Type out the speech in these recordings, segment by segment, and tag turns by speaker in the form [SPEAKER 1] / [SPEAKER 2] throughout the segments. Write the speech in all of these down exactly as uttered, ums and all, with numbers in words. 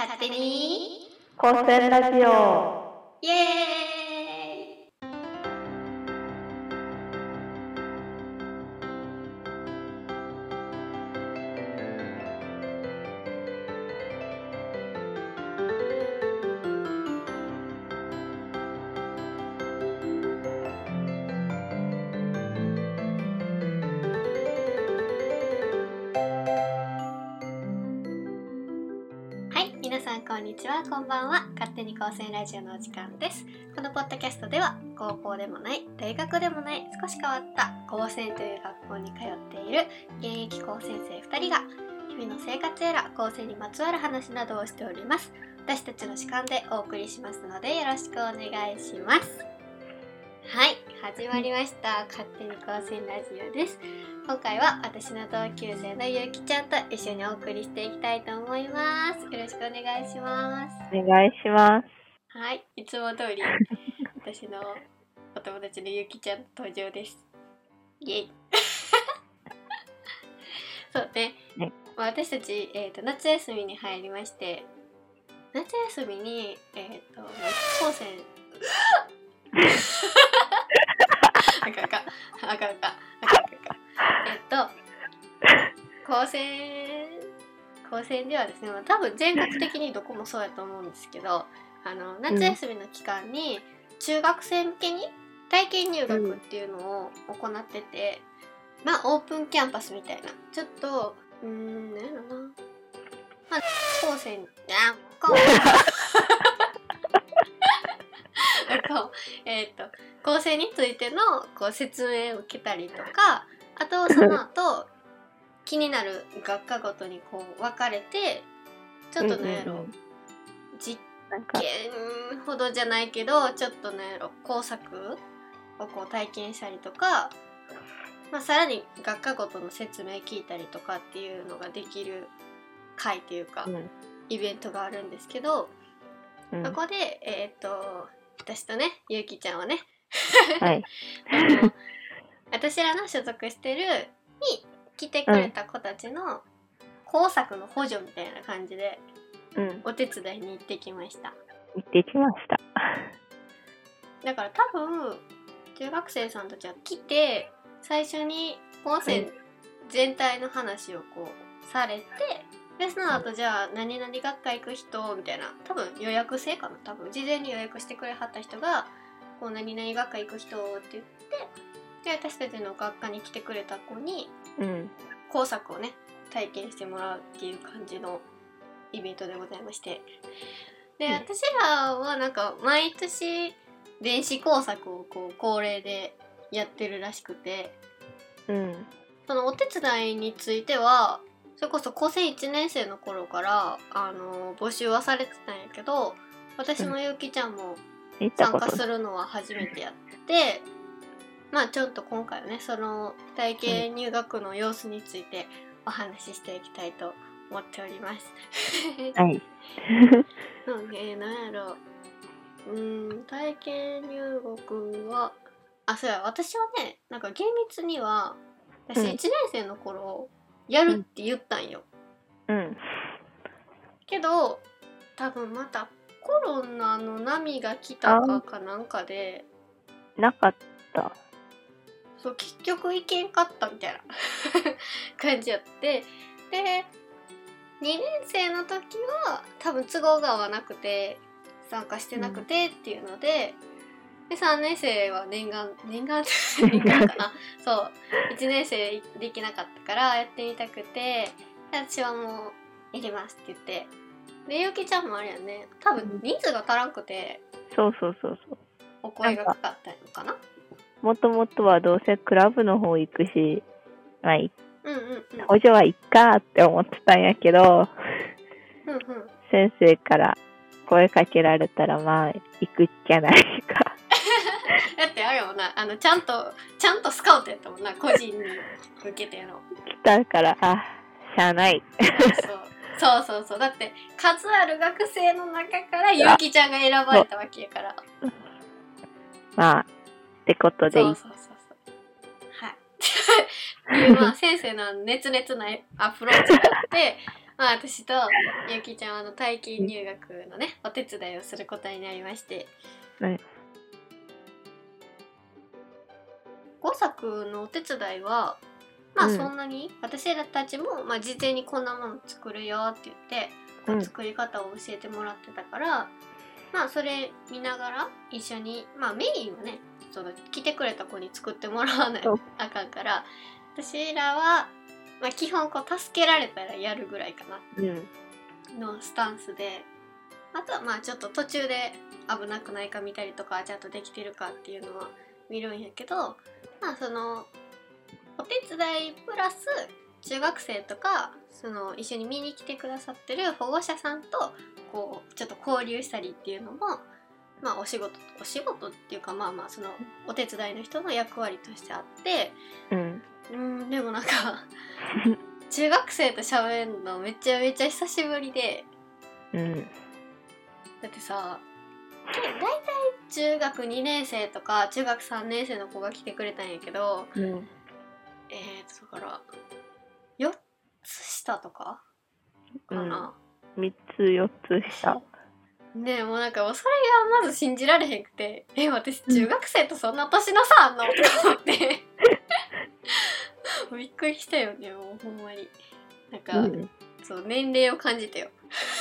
[SPEAKER 1] 勝手に
[SPEAKER 2] 高専ラジオ
[SPEAKER 1] イエーイ。皆さんこんにちは、こんばんは。勝手に高専ラジオのお時間です。このポッドキャストでは高校でもない大学でもない少し変わった高専という学校に通っている現役高専生ふたりが日々の生活やら高専にまつわる話などをしております。私たちの主観でお送りしますのでよろしくお願いします。はい、始まりました。勝手に高専ラジオです。今回は私の同級生のゆうきちゃんと一緒にお送りしていきたいと思います。よろしくお願いします。
[SPEAKER 2] お願いします。
[SPEAKER 1] はい、いつも通り私のお友達のゆうきちゃん登場です。イエイそうね、ね、私たち、えーと、夏休みに入りまして、夏休みに、えーと、高専あかんあかんあかんあかんあかんあかんえっと高専高専ではですね、まあ、多分全国的にどこもそうやと思うんですけど、あの夏休みの期間に中学生向けに体験入学っていうのを行ってて、うん、まあオープンキャンパスみたいな、ちょっとうーんなんやろな、まあ高専あこうえっと構成についてのこう説明を受けたりとか、あとその後気になる学科ごとにこう分かれて、ちょっとなんやろ、うんうんうん、実験ほどじゃないけどちょっとなんやろ工作をこう体験したりとか、まあ、さらに学科ごとの説明聞いたりとかっていうのができる会というか、うん、イベントがあるんですけど、うん、そこでえっと私とね、ゆうきちゃんはね、はい、あの私らの所属してるに来てくれた子たちの工作の補助みたいな感じで、うん、お手伝いに行ってきました。
[SPEAKER 2] 行ってきました。
[SPEAKER 1] だから多分中学生さんたちは来て最初に高専全体の話をこうされて、でその後じゃあ何々学科行く人みたいな、多分予約制かな、多分事前に予約してくれはった人がこう何々学科行く人って言って、で私たちの学科に来てくれた子に、うん、工作をね体験してもらうっていう感じのイベントでございまして、で、うん、私らはなんか毎年電子工作をこう恒例でやってるらしくて、うん、そのお手伝いについてはそれこそ高専いちねん生の頃からあの募集はされてたんやけど、私もゆうきちゃんも参加するのは初めてやって、まあちょっと今回はねその体験入学の様子についてお話ししていきたいと思っております。
[SPEAKER 2] はい。
[SPEAKER 1] そうね、なんやろう、うーん体験入学はあそうや私はねなんか厳密には私いちねん生の頃、うんやるって言ったんよ、うん、けど多分またコロナの波が来たかかなんかで
[SPEAKER 2] なかった、
[SPEAKER 1] そう結局行けんかったみたいな感じやって、でにねん生の時は多分都合が合わなくて参加してなくてっていうので、うん、でさんねん生は念願念願念願かなそういちねん生できなかったからやってみたくて、私はもうやりますって言って、でゆうきちゃんもあれやね、多分人数が足らんくて、
[SPEAKER 2] うん、そうそうそうそう
[SPEAKER 1] お声がかかったのかな。
[SPEAKER 2] もともとはどうせクラブの方行くし、まあ、うん
[SPEAKER 1] うんうん、
[SPEAKER 2] 補助はいっかって思ってたんやけど、
[SPEAKER 1] うんうん、
[SPEAKER 2] 先生から声かけられたらまあ行くっきゃないか
[SPEAKER 1] だってあれもな、あのちゃんとちゃんとスカウトやったもんな、個人に向けてやろう
[SPEAKER 2] 来たからあしゃあない
[SPEAKER 1] そうそうそうそう、だって数ある学生の中からゆうきちゃんが選ばれたわけやから、
[SPEAKER 2] まあってことでいい。
[SPEAKER 1] そうそうそうそうはいっていうまあ先生の熱烈なアプローチがあってまあ私とゆうきちゃんはあの体験入学のねお手伝いをすることになりまして、
[SPEAKER 2] はい、
[SPEAKER 1] 工作のお手伝いはまあそんなに、うん、私らたちも、まあ、事前にこんなもの作るよって言ってこう作り方を教えてもらってたから、うん、まあそれ見ながら一緒に、まあメインはねその来てくれた子に作ってもらわないとあかんから、私らは、まあ、基本こう助けられたらやるぐらいかな、うん、のスタンスで、あとはまあちょっと途中で危なくないか見たりとかちゃんとできてるかっていうのは見るんやけど、まあそのお手伝いプラス中学生とかその一緒に見に来てくださってる保護者さんとこうちょっと交流したりっていうのもまあお仕事お仕事っていうかまあまあそのお手伝いの人の役割としてあって、うん、うんでもなんか中学生と喋るのめちゃめちゃ久しぶりで、うん、だってさだいたい中学にねん生とか中学さんねん生の子が来てくれたんやけど、うん、えーとだからよっつ下とかかな、
[SPEAKER 2] うん、みっつよっつ下
[SPEAKER 1] ねえもうなんかそれがまず信じられへんくて、え私中学生とそんな年の差あんのとか思ってびっくりしたよね。もうほんまになんか、うん、そう年齢を感じたよ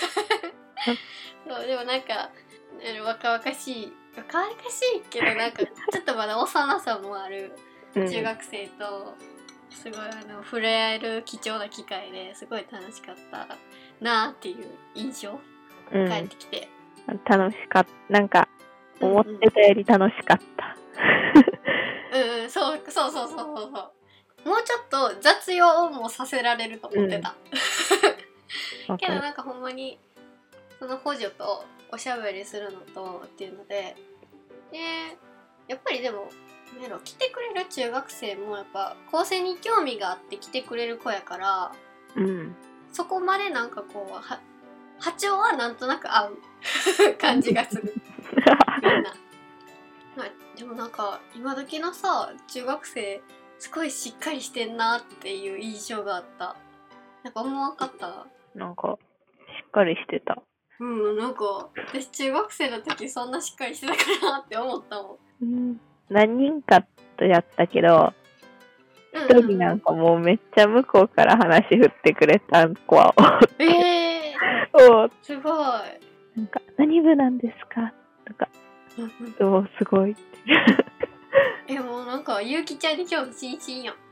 [SPEAKER 1] そうでもなんか若々しい若々しいけどなんかちょっとまだ幼さもある中学生とすごいあの触れ合える貴重な機会ですごい楽しかったなっていう印象、うん、帰ってきて
[SPEAKER 2] 楽しかった。なんか思ってたより楽しかった
[SPEAKER 1] うんうん、うん、そうそうそうそうそうそうもうちょっと雑用もさせられると思ってた、うん、けどなんかほんまにその補助とおしゃべりするのとっていうのででやっぱりでも来てくれる中学生もやっぱ高専に興味があって来てくれる子やから、うん、そこまでなんかこうは波長はなんとなく合う感じがするみんな、まあ、でもなんか今時のさ中学生すごいしっかりしてんなっていう印象があった。なんか思わんかった？
[SPEAKER 2] なんかしっかりしてた。
[SPEAKER 1] うんなんか私中学生の時そんなしっかりしてたかなって思ったもん、
[SPEAKER 2] うん、何人かとやったけど一、うん、人なんかもうめっちゃ向こうから話振ってくれた子はおって
[SPEAKER 1] えー、おすごい
[SPEAKER 2] なんか何部なんですかとかおすごい
[SPEAKER 1] えもうなんかゆうきちゃんに興味津々やん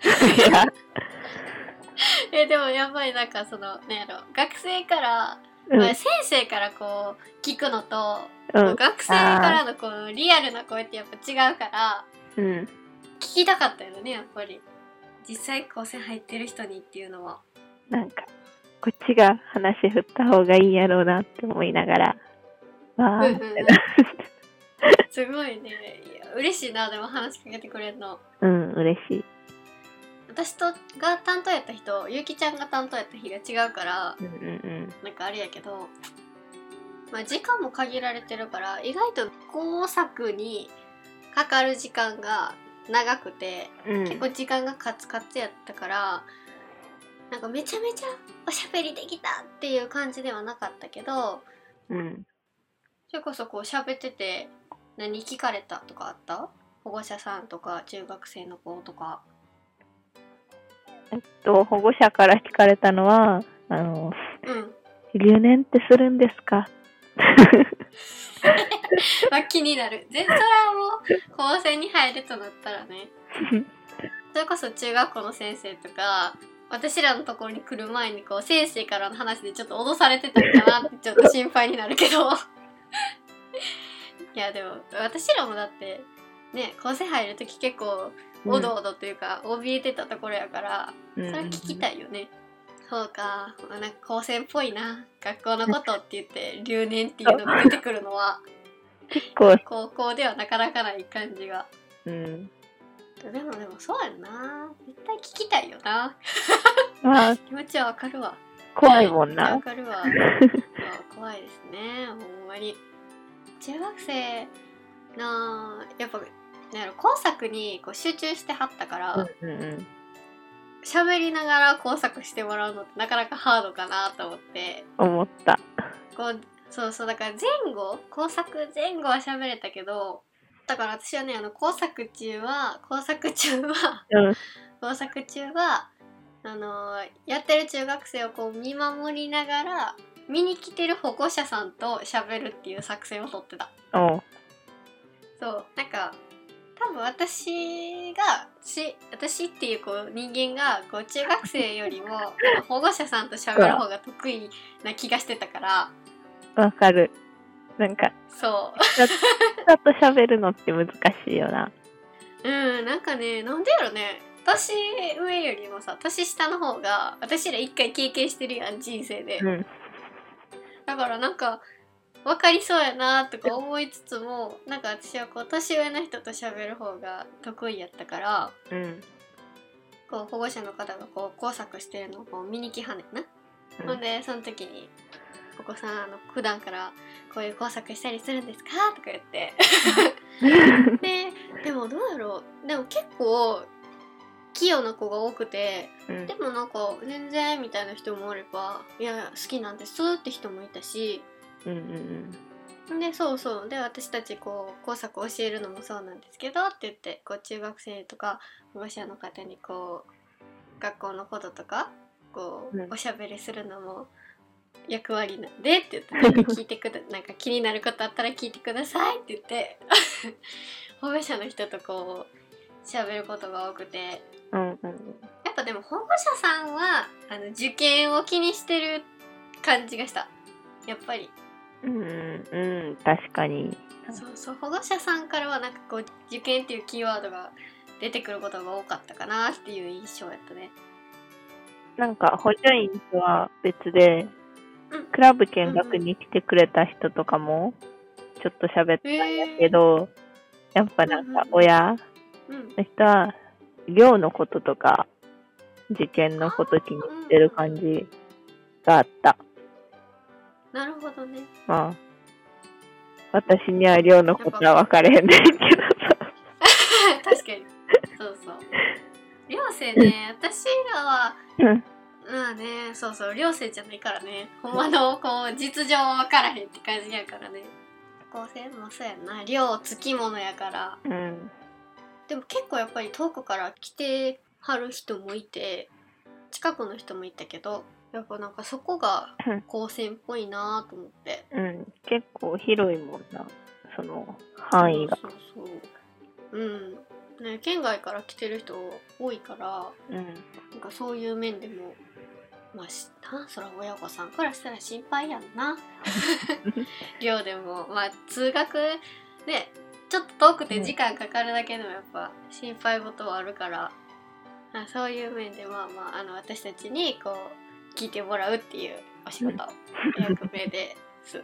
[SPEAKER 1] えでもやっぱりなんかそのねやろ学生から、うんまあ、先生からこう聞くのと、うん、学生からのこうリアルな声ってやっぱ違うから、うん、聞きたかったよねやっぱり実際高専入ってる人にっていうのは
[SPEAKER 2] なんかこっちが話振った方がいいんやろうなって思いながらわーって
[SPEAKER 1] すごいねいや嬉しいなでも話しかけてくれるの
[SPEAKER 2] うん嬉しい
[SPEAKER 1] 私とが担当やった日とゆうきちゃんが担当やった日が違うから、
[SPEAKER 2] うんうんうん、
[SPEAKER 1] なんかあれやけど、まあ、時間も限られてるから意外と工作にかかる時間が長くて、うん、結構時間がカツカツやったからなんかめちゃめちゃおしゃべりできたっていう感じではなかったけど、うん、それこそこう喋ってて何聞かれたとかあった？保護者さんとか中学生の子とか。
[SPEAKER 2] えっと保護者から聞かれたのはあの、うん、留年ってするんですか
[SPEAKER 1] まあ気になる。全それはもう高専に入るとなったらねそれこそ中学校の先生とか私らのところに来る前にこう先生からの話でちょっと脅されてたのかなってちょっと心配になるけどいやでも私らもだってね高専入るとき結構おどおどというか、うん、怯えてたところやからそれは聞きたいよね、うん、そうかなんか高専っぽいな学校のことって言って留年っていうのが出てくるのは結構高校ではなかなかない感じが、うん、でもでもそうやな絶対聞きたいよな気持ちはわかるわ
[SPEAKER 2] 怖いもんな
[SPEAKER 1] わかるわ怖いですねほんまに中学生のやっぱなんやろ工作にこう集中してはったから、うんうんうん、 喋りながら工作してもらうのってなかなかハードかなと思って
[SPEAKER 2] 思った。
[SPEAKER 1] こうそうそうだから前後工作前後は喋れたけどだから私はねあの工作中は工作中は、
[SPEAKER 2] うん、
[SPEAKER 1] 工作中はあのー、やってる中学生をこう見守りながら見に来てる保護者さんと喋るっていう作戦を取ってた。
[SPEAKER 2] お
[SPEAKER 1] そうなんか多分私がし私っていうこう人間がこう中学生よりも保護者さんと喋る方が得意な気がしてたから
[SPEAKER 2] わかる。なんか
[SPEAKER 1] そう
[SPEAKER 2] 人と喋るのって難しいよな。
[SPEAKER 1] うんなんかねなんでやろね年上よりもさ年下の方が私ら一回経験してるやん人生で、
[SPEAKER 2] うん、
[SPEAKER 1] だからなんか分かりそうやなとか思いつつもなんか私はこう年上の人と喋る方が得意やったから、
[SPEAKER 2] うん、
[SPEAKER 1] こう保護者の方がこう工作してるのをこう見に来はんねんな、うん、ほんでその時に「お子さんあの普段からこういう工作したりするんですか?」とか言ってででもどうやろうでも結構器用な子が多くて、うん、でもなんか全然みたいな人もおればいや好きなんですって人もいたし、うんうんうん、でそうそうで私たちこう工作教えるのもそうなんですけどって言ってこう中学生とか保護者の方にこう学校のこととかこう、うん、おしゃべりするのも役割なんでって言ってなんか聞いてくだなんか気になることあったら聞いてくださいって言って保護者の人とこうしゃべることが多くて、うんうん、やっぱでも保護者さんはあの受験を気にしてる感じがしたやっぱり。
[SPEAKER 2] うんうん確かに。
[SPEAKER 1] そうそう保護者さんからはなんかこう受験っていうキーワードが出てくることが多かったかなっていう印象やったね。
[SPEAKER 2] なんか補助員とは別で、うん、クラブ見学に来てくれた人とかもちょっと喋ったんやけど、やっぱなんか親の人は寮のこととか受験のこと気にしてる感じがあった。
[SPEAKER 1] なるほどね。
[SPEAKER 2] まあ私には寮のことは分かれへんねんけどさ
[SPEAKER 1] 確かにそうそう寮生ね私らはまあねそうそう寮生じゃないからねほんまのこう実情は分からへんって感じやからね高専もそうやな寮つきものやから、うん、でも結構やっぱり遠くから来てはる人もいて近くの人もいたけどやっぱなんかそこが高専っぽいなと思って、
[SPEAKER 2] うん、結構広いもんなその範囲が。
[SPEAKER 1] そうそうそううんね県外から来てる人多いから、うん、なんかそういう面でもまあなそら親御さんからしたら心配やんな寮でもまあ通学ねちょっと遠くて時間かかるだけでもやっぱ心配事はあるから、うん、そういう面でまあまああの私たちにこう聞いてもらうっていうお仕事を役目です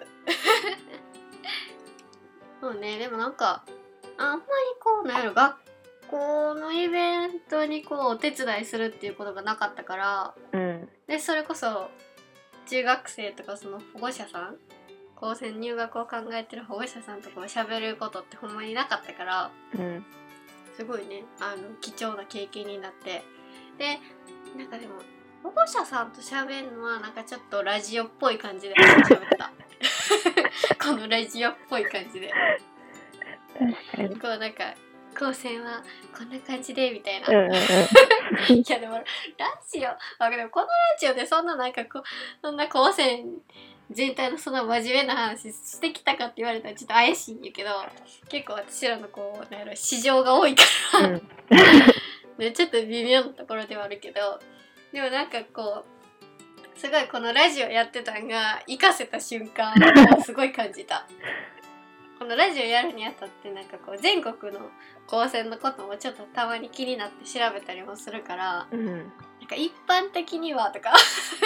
[SPEAKER 1] そうねでもなんかあんまりこうなんやろ学校のイベントにこうお手伝いするっていうことがなかったから、うん、でそれこそ中学生とかその保護者さん高専入学を考えてる保護者さんとこう喋ることってほんまになかったから、うん、すごいねあの貴重な経験になってでなんかでも保護者さんと喋るのはなんかちょっとラジオっぽい感じで喋ったこのラジオっぽい感じでこうなんか高専はこんな感じでみたいな、うんうんうん、いやでもラジオあでもこのラジオでそんななんかこうそんな高専全体のそんな真面目な話してきたかって言われたらちょっと怪しいんやけど結構私らのこうなんやろ市場が多いから、うんね、ちょっと微妙なところではあるけどでもなんかこうすごいこのラジオやってたんが活かせた瞬間をすごい感じたこのラジオやるにあたってなんかこう全国の高専のこともちょっとたまに気になって調べたりもするから、うん、なんか一般的にはとか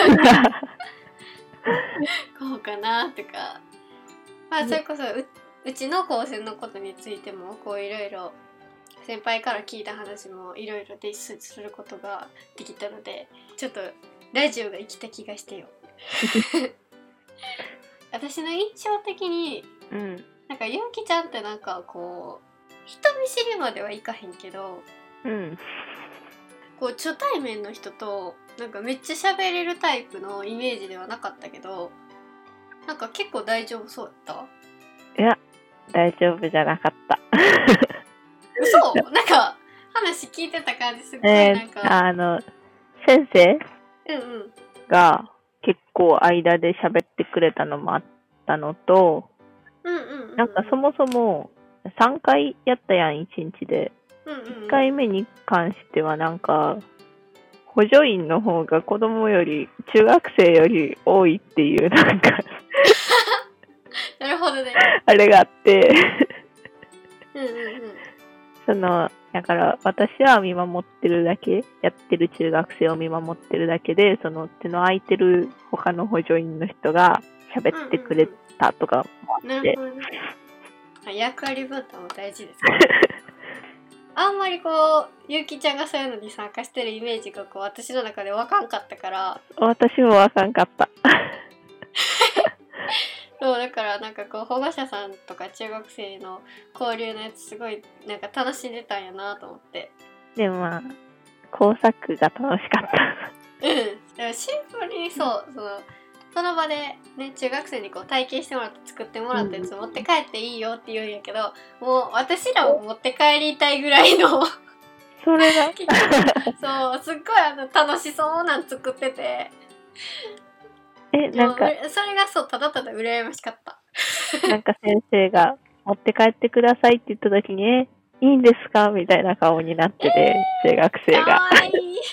[SPEAKER 1] こうかなとかまあそれこそう、うちの高専のことについてもこういろいろ先輩から聞いた話もいろいろ提出することができたのでちょっとラジオが生きた気がしてよ私の印象的に、うん、なんかゆうきちゃんってなんかこう人見知りまではいかへんけど、うん、 こう初対面の人となんかめっちゃ喋れるタイプのイメージではなかったけど、なんか結構大丈夫そうやった？
[SPEAKER 2] いや、大丈夫じゃなかった。
[SPEAKER 1] 嘘？なんか話聞いてた感じすごいなんか、
[SPEAKER 2] えー、あの先生
[SPEAKER 1] うんうん
[SPEAKER 2] が結構間で喋ってくれたのもあったのと、
[SPEAKER 1] うんうんうんうん、
[SPEAKER 2] なんかそもそもさんかいやったやんいちにちで、
[SPEAKER 1] うんうんうん、
[SPEAKER 2] いっかいめに関してはなんか補助員の方が子供より中学生より多いっていうなんか
[SPEAKER 1] なるほどね。
[SPEAKER 2] あれがあって
[SPEAKER 1] うんうんうん、
[SPEAKER 2] そのだから私は見守ってるだけ、やってる中学生を見守ってるだけで、その手の空いてる他の補助員の人が喋ってくれたとかもあって、
[SPEAKER 1] なるほどね。役割分担も大事ですね。あんまりこうゆうきちゃんがそういうのに参加してるイメージがこう私の中で分かんかったから。
[SPEAKER 2] 私も分かんかった
[SPEAKER 1] そうだからなんかこう保護者さんとか中学生の交流のやつすごいなんか楽しんでたんやなと思って。
[SPEAKER 2] でもまあ工作が楽しかった
[SPEAKER 1] うん。でもシンプルにそうそのその場でね中学生にこう体験してもらって作ってもらったやつ持って帰っていいよって言うんやけど、もう私らも持って帰りたいぐらいの
[SPEAKER 2] それが
[SPEAKER 1] そうすっごいあの楽しそうなん作ってて、
[SPEAKER 2] えなんか
[SPEAKER 1] それがそうただただ羨ましかった。
[SPEAKER 2] なんか先生が持って帰ってくださいって言った時に、えいいんですかみたいな顔になってて、えー、中学生が
[SPEAKER 1] かわい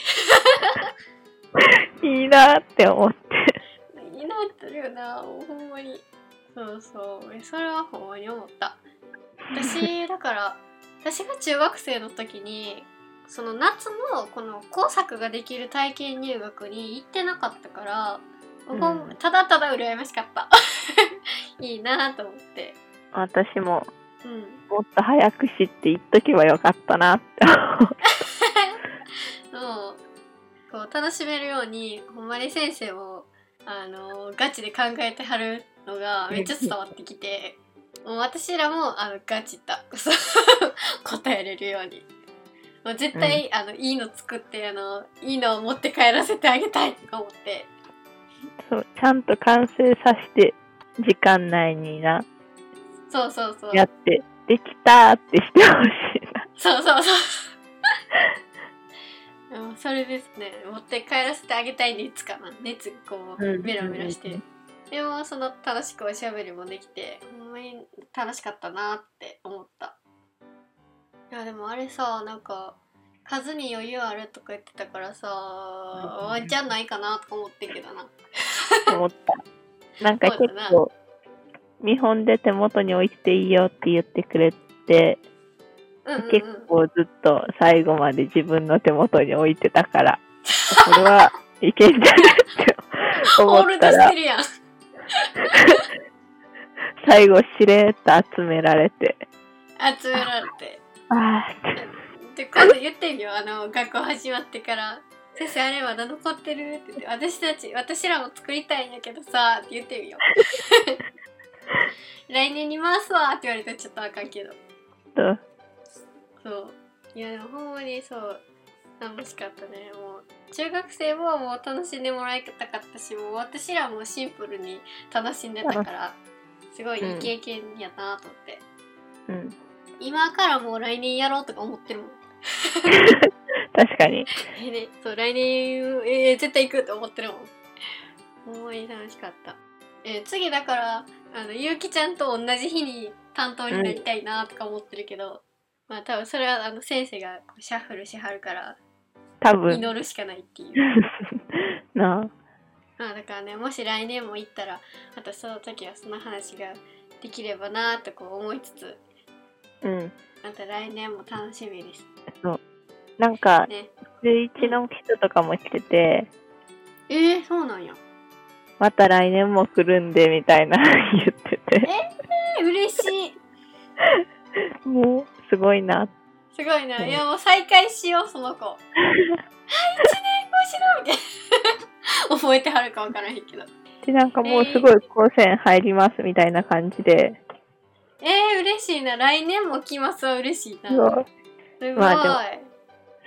[SPEAKER 2] いいいなって思って
[SPEAKER 1] いいなってるよな、ほんまに。そうそうそれはほんまに思った。私だから私が中学生の時にその夏のこの工作ができる体験入学に行ってなかったから、うん、ただただ羨ましかったいいなと思って。
[SPEAKER 2] 私も、
[SPEAKER 1] うん、
[SPEAKER 2] もっと早く知って言っとけばよかったなって思った
[SPEAKER 1] そうこう楽しめるようにほんまに先生もあのガチで考えてはるのがめっちゃ伝わってきてもう私らもあのガチだ答えれるようにもう絶対、うん、あのいいの作ってあのいいのを持って帰らせてあげたいとか思って。
[SPEAKER 2] そうちゃんと完成させて時間内にな
[SPEAKER 1] そうそうそう
[SPEAKER 2] やってできたってしてほしいな。
[SPEAKER 1] そうそうそうでもそれですね、持って帰らせてあげたい熱かな、熱こうメラメラして、うんうんうん、でもその楽しくおしゃべりもできてほんまに楽しかったなって思った。いやでもあれさなんか数に余裕あるとか言ってたからさ、うん、じゃないかなとか思ってんけどな
[SPEAKER 2] 思ったなんか結構見本で手元に置いていいよって言ってくれて、うんうんうん、結構ずっと最後まで自分の手元に置いてたからこれはいけんじゃないって思ったら最後しれーっと集められて
[SPEAKER 1] 集められて
[SPEAKER 2] あ
[SPEAKER 1] ーで今度言ってみよう、あの学校始まってから先生あれまだ残ってるって言って私たち私らも作りたいんやけどさって言ってみよう来年に回すわって言われたらちょっとあかんけど
[SPEAKER 2] うん
[SPEAKER 1] そういやでもほんまにそう楽しかったね。もう中学生ももう楽しんでもらいたかったし、もう私らもシンプルに楽しんでたからすごいいい経験やなと思って、うん、今からもう来年やろうとか思ってるもん
[SPEAKER 2] 確かに
[SPEAKER 1] え、ね、そう来年、えー、絶対行くと思ってるもん。ほんまに楽しかった。えー、次だからあのゆうきちゃんと同じ日に担当になりたいなとか思ってるけど、うん、まあ多分それはあの先生がシャッフルしはるから多分祈るしかないっていうなあ。まあだからね、もし来年も行ったらまたその時はその話ができればなとこう思いつつ、うん、また来年も楽しみです。
[SPEAKER 2] そうなんか、ね、じゅういちの人とかも来てて、
[SPEAKER 1] うん、えー、そうなんや。
[SPEAKER 2] また来年も来るんでみたいな言ってて
[SPEAKER 1] えー、嬉し
[SPEAKER 2] いもうすごいな
[SPEAKER 1] すごいな、うん、いやもう再会しようその子はいいちねんごしのみたいな覚えてはるかわからへんけど
[SPEAKER 2] でなんかもうすごい高専入りますみたいな感じでえ
[SPEAKER 1] ー、えー、嬉しいな。来年も来ますは嬉しいな。すごい、
[SPEAKER 2] まあでも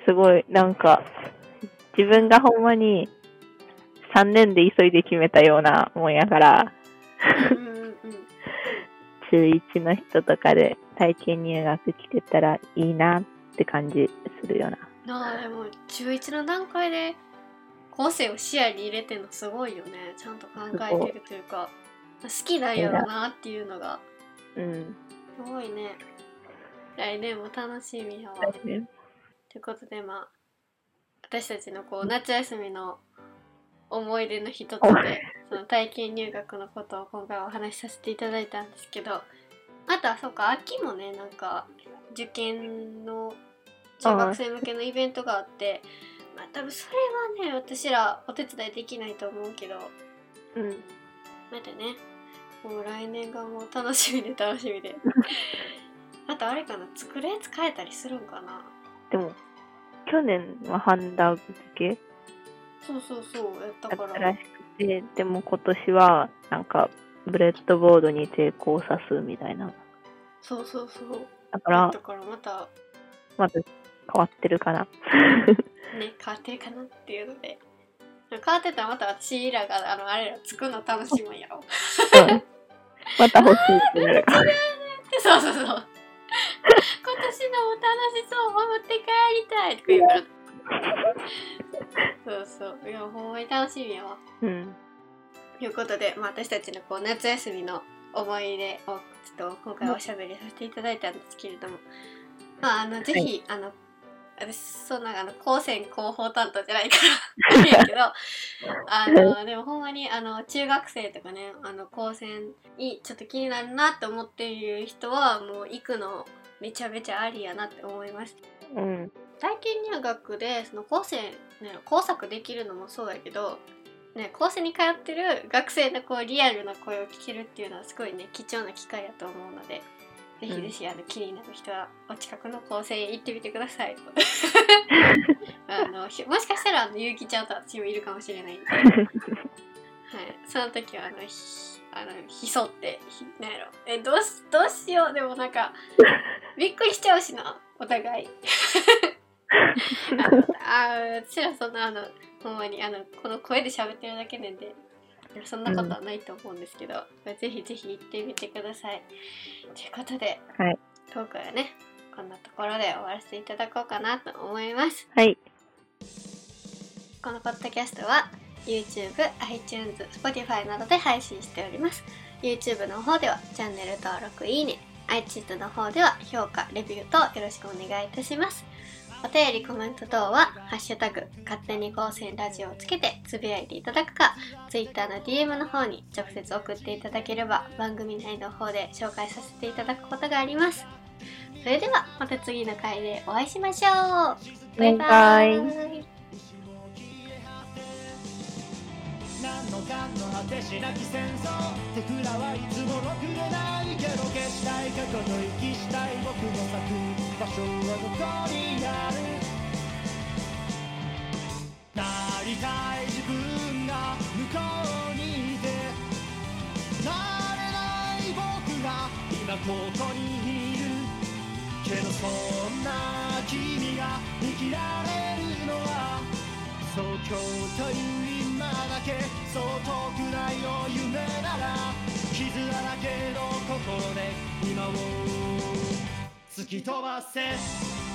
[SPEAKER 2] すごい、なんか、自分がほんまにさんねんで急いで決めたようなもんやから、
[SPEAKER 1] うんうんうん、
[SPEAKER 2] 中いちの人とかで体験入学来てたらいいなって感じするよな。
[SPEAKER 1] なあ、でも中いちの段階で個性を視野に入れてるのすごいよね。ちゃんと考えてるというか、好きなんやろなっていうのが、
[SPEAKER 2] うん、
[SPEAKER 1] すごいね。来年も楽しみやわ。ということで、まあ私たちのこう夏休みの思い出の一つでその体験入学のことを今回はお話しさせていただいたんですけど、あとはそうか、秋もね、なんか受験の中学生向けのイベントがあって、まあ多分それはね、私らお手伝いできないと思うけど、
[SPEAKER 2] うん、
[SPEAKER 1] またね、もう来年がもう楽しみで楽しみであとあれかな、作るやつ変えたりするんかな。
[SPEAKER 2] でも去年はハンダ付け
[SPEAKER 1] そうそうそうやったから
[SPEAKER 2] らしくて、でも今年はなんかブレッドボードに抵抗さすみたいな。
[SPEAKER 1] そうそうそう。
[SPEAKER 2] だから
[SPEAKER 1] だからまた
[SPEAKER 2] まず変わってるかな。
[SPEAKER 1] ね、変わってるかなっていうので、変わってたらまた私らがあのあれら作るの楽しむんやろ。
[SPEAKER 2] うん、また欲しいってなるから。
[SPEAKER 1] そうそうそう。今年のも楽しそう、持って帰りたいとか言うから。そうそう、いやほんまに楽しみやわ。
[SPEAKER 2] うん。
[SPEAKER 1] ということで、まあ、私たちのこう夏休みの思い出をちょっと今回おしゃべりさせていただいたんですけれども、まああのぜひ、はい、あの私そんなあの高専広報担当じゃないからいいけど、あのでもほんまにあの中学生とかね、あの高専にちょっと気になるなって思っている人はもう行くのめちゃめちゃありやなって思います。
[SPEAKER 2] うん、
[SPEAKER 1] 体験入学でその高専、ね、工作できるのもそうやけど、ね、高専に通ってる学生のこうリアルな声を聞けるっていうのはすごいね貴重な機会だと思うので、ぜひぜひあの気になる人はお近くの高専へ行ってみてくださいあのもしかしたらあのゆうきちゃんと私もいるかもしれないんではい、その時はあのひあのひそってひなんやろえどうしどうしよう、でもなんかびっくりしちゃうしなお互いあのあ私らそんなあのほんまにあのこの声で喋ってるだけなんでそんなことはないと思うんですけど、うん、ぜひぜひ行ってみてください。ということで、
[SPEAKER 2] はい、
[SPEAKER 1] トークはねこんなところで終わらせていただこうかなと思います。
[SPEAKER 2] はい。
[SPEAKER 1] このポッドキャストは YouTube、iTunes、Spotify などで配信しております。YouTube の方ではチャンネル登録、いいね、iTunes の方では評価、レビューとよろしくお願いいたします。お便りコメント等はハッシュタグ勝手に高専ラジオをつけてつぶやいていただくか、 Twitter の ディーエム の方に直接送っていただければ番組内の方で紹介させていただくことがあります。それではまた次の回でお会いしましょう。バイバイ。何のかんの果てしなき戦争、手くらはいつもろくでないけど、消したい過去と息したい僕の咲く場所はどこにある。なりたい自分が向こうにいて、なれない僕が今ここにいるけど、そんな君が生きられるのはそう今日という今だけ、そう遠くないよ夢なら、傷だらけの心で今を突き飛ばせ。